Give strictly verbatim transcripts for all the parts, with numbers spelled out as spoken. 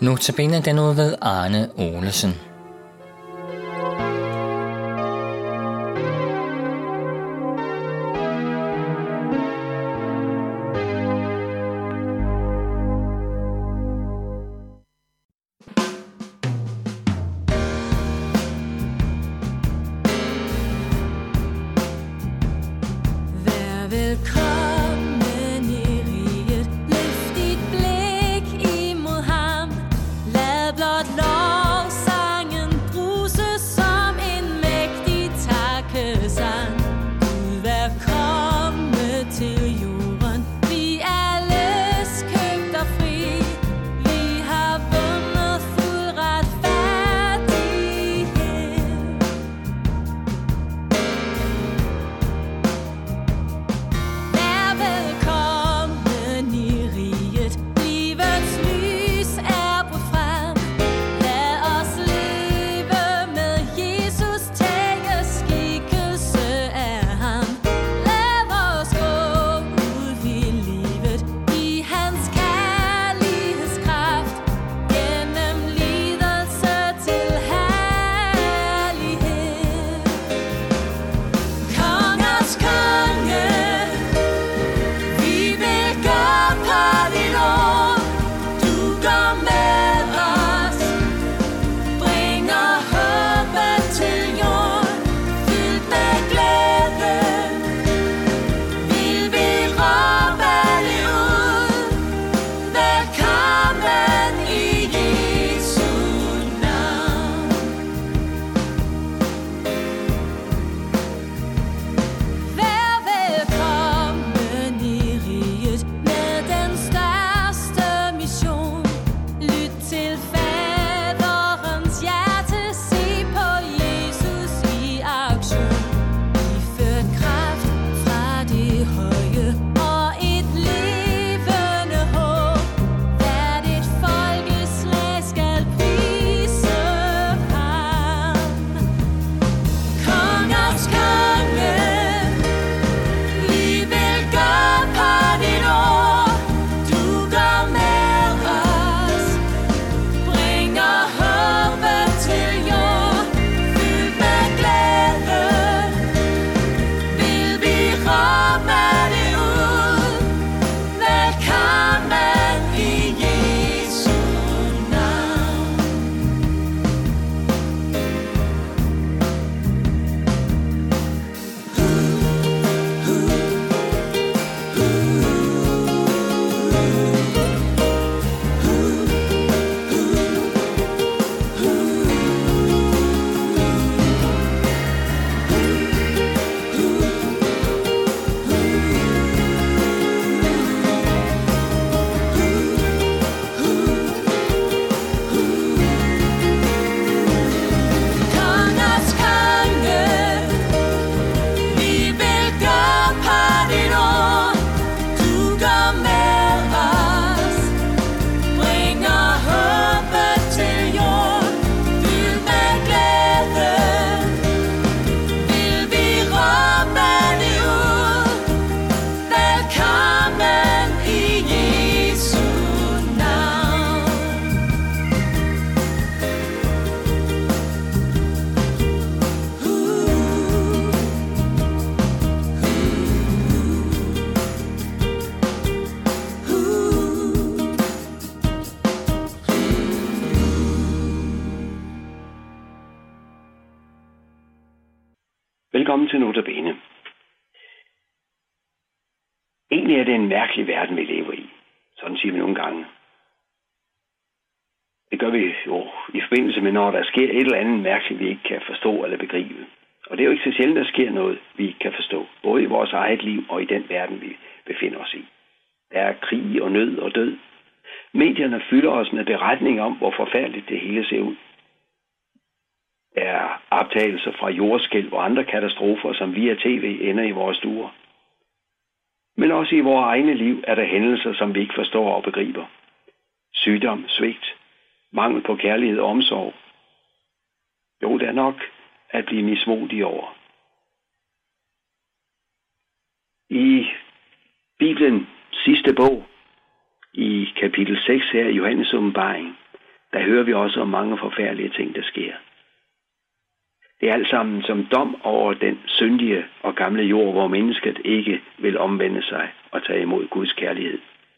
Notabene den ud ved Arne Olesen. Vær velkommen i riget, løft dit blik imod ham. Lad blot lovsangen bruse som en mægtig takkesang. Gud vær kommet til jorden, vi alles købt og fri. Vi har vundet fuld retfærdighed. Vær velkommen i riget, livets lys er brudt frem. Lad os leve med Jesus, tage skikkelse af ham. Lad os gå ud i livet i hans kærlighedskraft, gennem lidelse til herlighed. Kongers konge, vi vil gøre på dit ord. Du går med os, bringer håbet til jord. Fyldt med glæde vil vi råbe det ud. Velkommen i Jesu navn. Vær velkommen i riget med den største mission. Lyt til faderens hjerte, se på Jesus i aktion. Iført kraft fra det høje og et levende håb. Hvert et folkeslag skal prise ham. Kongers konge, vi vil gøre på dit ord. Du går med os, bringer håbet til jord. Fyldt med glæde vil vi råbe det ud. Velkommen i Jesu navn. Kongers konge, vi vil gøre på dit ord. Du går med os, bringer håbet til jord. Fyldt med glæde vil vi råbe det ud. Velkommen i Jesu navn. Velkommen til Notabene. Egentlig er det en mærkelig verden, vi lever i. Sådan siger vi nogle gange. Det gør vi jo i forbindelse med, når der sker et eller andet mærkeligt, vi ikke kan forstå eller begribe. Og det er jo ikke så sjældent, der sker noget, vi ikke kan forstå. Både i vores eget liv og i den verden, vi befinder os i. Der er krig og nød og død. Medierne fylder os med beretninger om, hvor forfærdeligt det hele ser ud. Der er optagelser fra jordskælv og andre katastrofer, som via tv ender i vores stuer. Men også i vores egne liv er der hændelser, som vi ikke forstår og begriber. Sygdom, svigt, mangel på kærlighed og omsorg. Jo, der er nok at blive mismodig over. I Bibelen sidste bog, i kapitel seks her i Johannes åbenbaring, der hører vi også om mange forfærdelige ting, der sker. Det er alt sammen som dom over den syndige og gamle jord, hvor mennesket ikke vil omvende sig og tage imod Guds kærlighed.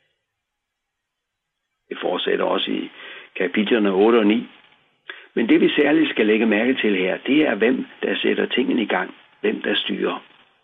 Det fortsætter også i kapitlerne otte og ni. Men det vi særligt skal lægge mærke til her, det er hvem der sætter tingene i gang, hvem der styrer.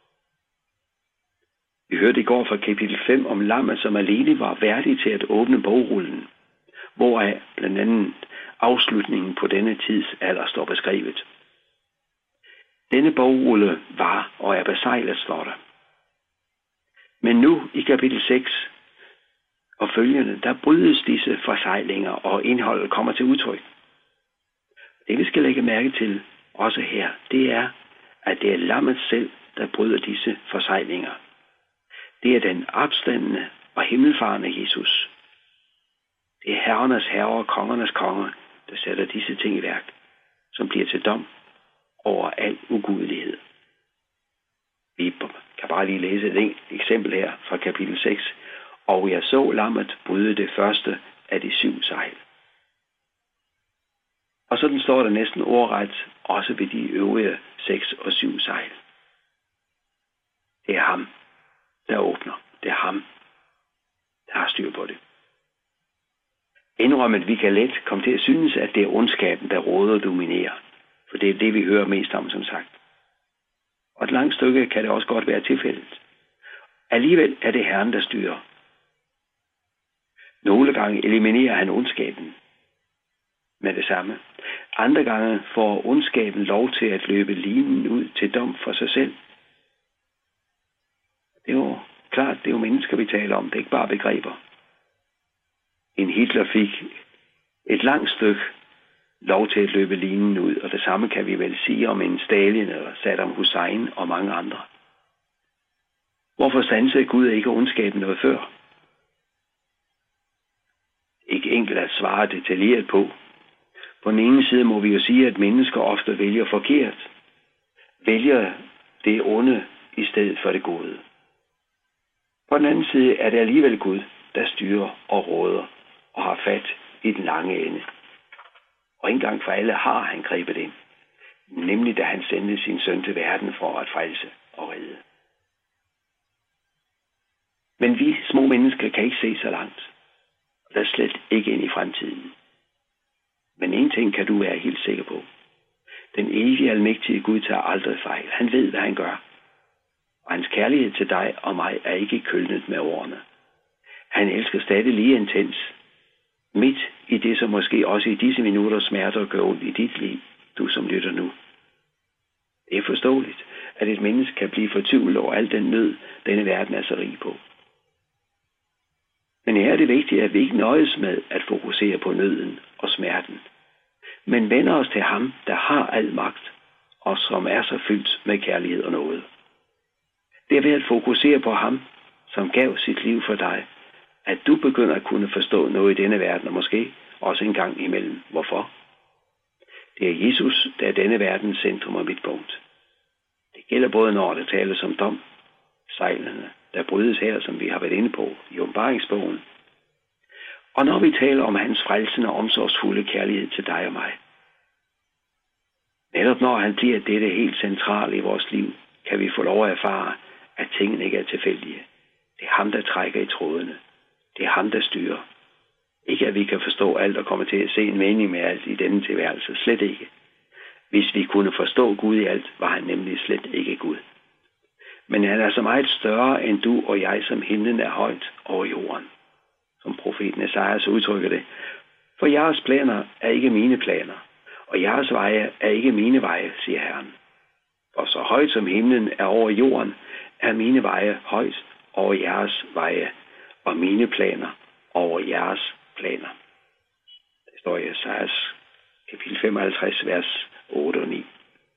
Vi hørte i går fra kapitel fem om lammet, som alene var værdig til at åbne bogrullen, hvoraf blandt andet afslutningen på denne tids alder står beskrevet. Denne bogrulle var og er besejlet, står der. Men nu i kapitel seks og følgende, der brydes disse forsejlinger, og indholdet kommer til udtryk. Det vi skal lægge mærke til også her, det er, at det er lammet selv, der bryder disse forsejlinger. Det er den opstandende og himmelfarende Jesus. Det er herrenes herre og kongernes konge, der sætter disse ting i værk, som bliver til dom over al ugudelighed. Vi kan bare lige læse et eksempel her fra kapitel seks. Og jeg så lammet bryde det første af de syv sejl. Og sådan står der næsten ordret også ved de øvrige seks og syv sejl. Det er ham, der åbner. Det er ham, der har styr på det. Indrømmet, vi kan let komme til at synes, at det er ondskaben, der råder og dominerer. For det er det, vi hører mest om, som sagt. Og et langt stykke kan det også godt være tilfældet. Alligevel er det Herren, der styrer. Nogle gange eliminerer han ondskaben med det samme. Andre gange får ondskaben lov til at løbe linen ud til dom for sig selv. Det er jo klart, det er jo mennesker, vi taler om. Det er ikke bare begreber. En Hitler fik et langt stykke lov til at løbe linen ud, og det samme kan vi vel sige om en Stalin eller Saddam Hussein og mange andre. Hvorfor sansede Gud ikke ondskaben noget før? Ikke enkelt at svare detaljeret på. På den ene side må vi jo sige, at mennesker ofte vælger forkert. Vælger det onde i stedet for det gode. På den anden side er det alligevel Gud, der styrer og råder og har fat i den lange ende. Og engang for alle har han grebet ind. Nemlig da han sendte sin søn til verden for at frelse og redde. Men vi små mennesker kan ikke se så langt. Og der er slet ikke ind i fremtiden. Men en ting kan du være helt sikker på. Den evige almægtige Gud tager aldrig fejl. Han ved, hvad han gør. Og hans kærlighed til dig og mig er ikke kølnet med årene. Han elsker stadig lige intens. Midt i det, som måske også i disse minutter smerter gør ondt i dit liv, du som lytter nu. Det er forståeligt, at et menneske kan blive fortvivlet over al den nød, denne verden er så rig på. Men her er det vigtigt, at vi ikke nøjes med at fokusere på nøden og smerten, men vender os til ham, der har al magt, og som er så fyldt med kærlighed og nåde. Det er ved at fokusere på ham, som gav sit liv for dig, at du begynder at kunne forstå noget i denne verden, og måske også en gang imellem. Hvorfor? Det er Jesus, der er denne verdens centrum og midtpunkt. Det gælder både når det tales om dom, sejlene, der brydes her, som vi har været inde på i åbenbaringsbogen, og når vi taler om hans frelsende og omsorgsfulde kærlighed til dig og mig. Netop når han bliver dette helt centrale i vores liv, kan vi få lov at erfare, at tingene ikke er tilfældige. Det er ham, der trækker i trådene. Det er ham, der styrer. Ikke at vi kan forstå alt og komme til at se en mening med alt i denne tilværelse. Slet ikke. Hvis vi kunne forstå Gud i alt, var han nemlig slet ikke Gud. Men han er så meget større end du og jeg, som himlen er højt over jorden. Som profeten Esajas udtrykker det. For jeres planer er ikke mine planer, og jeres veje er ikke mine veje, siger Herren. For så højt som himlen er over jorden, er mine veje højt over jeres veje, og mine planer over jeres planer. Det står i Esajas kapitel femoghalvtreds, vers otte og ni.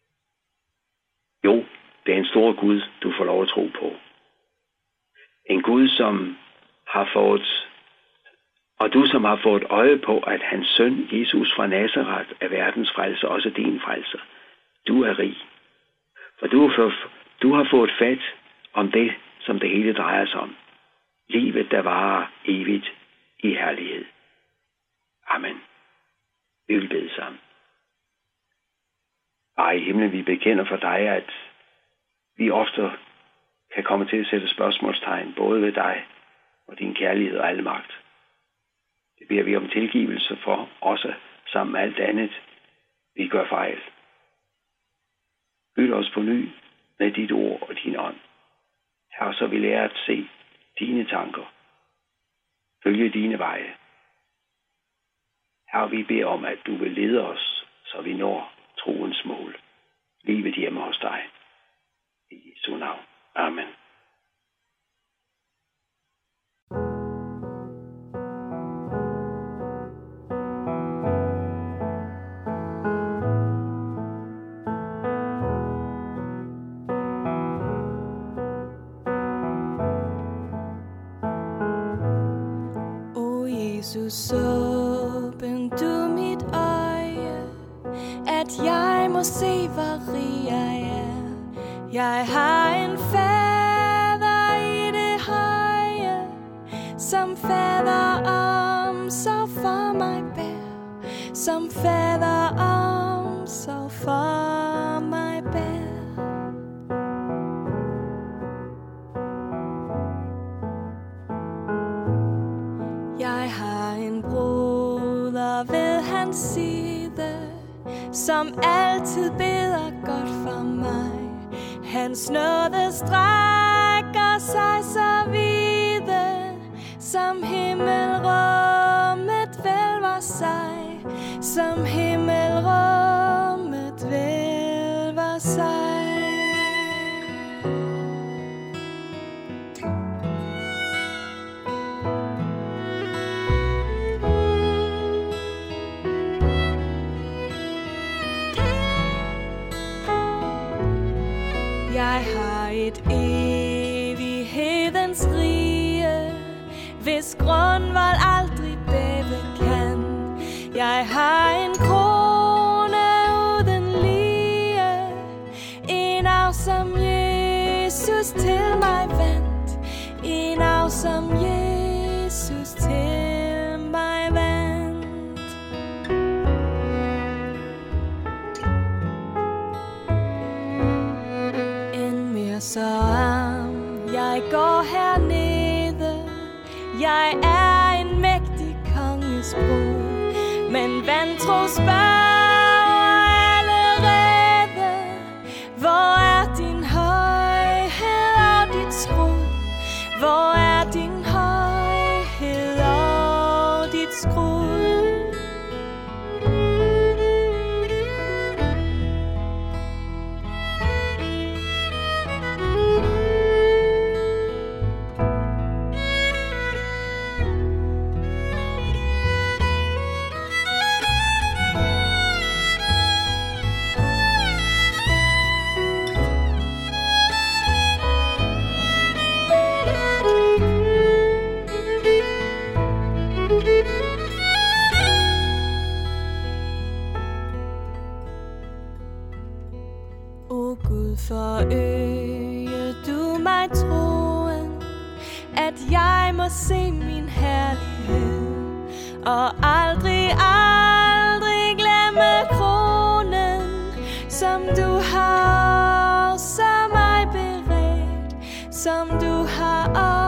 Jo, det er en stor Gud, du får lov at tro på. En Gud, som har fået, og du som har fået øje på, at hans søn Jesus fra Nazareth er verdens frelser, også din frelser. Du er rig. For du har, fået, du har fået fat om det, som det hele drejer sig om. Livet, der varer evigt i herlighed. Amen. Vi vil bede sammen. Far i himlen, vi bekender for dig, at vi ofte kan komme til at sætte spørgsmålstegn både ved dig og din kærlighed og almagt. Det beder vi om tilgivelse for, også sammen med alt andet, vi gør fejl. Fyld os på ny med dit ord og din ånd. Herre, så vi lærer at se dine tanker. Følge dine veje. Herre, vi beder om, at du vil lede os, så vi når troens mål. Livet hjemme hos dig. I Jesu navn. Amen. Jesus, åbn du mit øje, at jeg må se, hvor rig jeg er. Jeg har en fader i det høje, som fader omsorg for mig bær, som fader omsorg for mig bær. Jeg har en broder ved hans side, som altid beder godt for mig. Hans nåde strækker sig så vide, som himmelrummet hvælver sig, som himmelrummet hvælver sig. Jeg har et evighedens rige, hvis grundvold aldrig bæve kan. Jeg har en krone uden lige, en arv som Jesus til mig vandt, en arv som Jesus til mig vandt. Så arm, jeg går hernede, jeg er en mægtig konges brud, men vantro spørger allerede, hvor er din højhed og dit skrud, hvor er din højhed og dit skrud. O Gud, forøge du mig troen, at jeg må se min herlighed, og aldrig, aldrig glemme kronen, som du har også mig beredt, som du har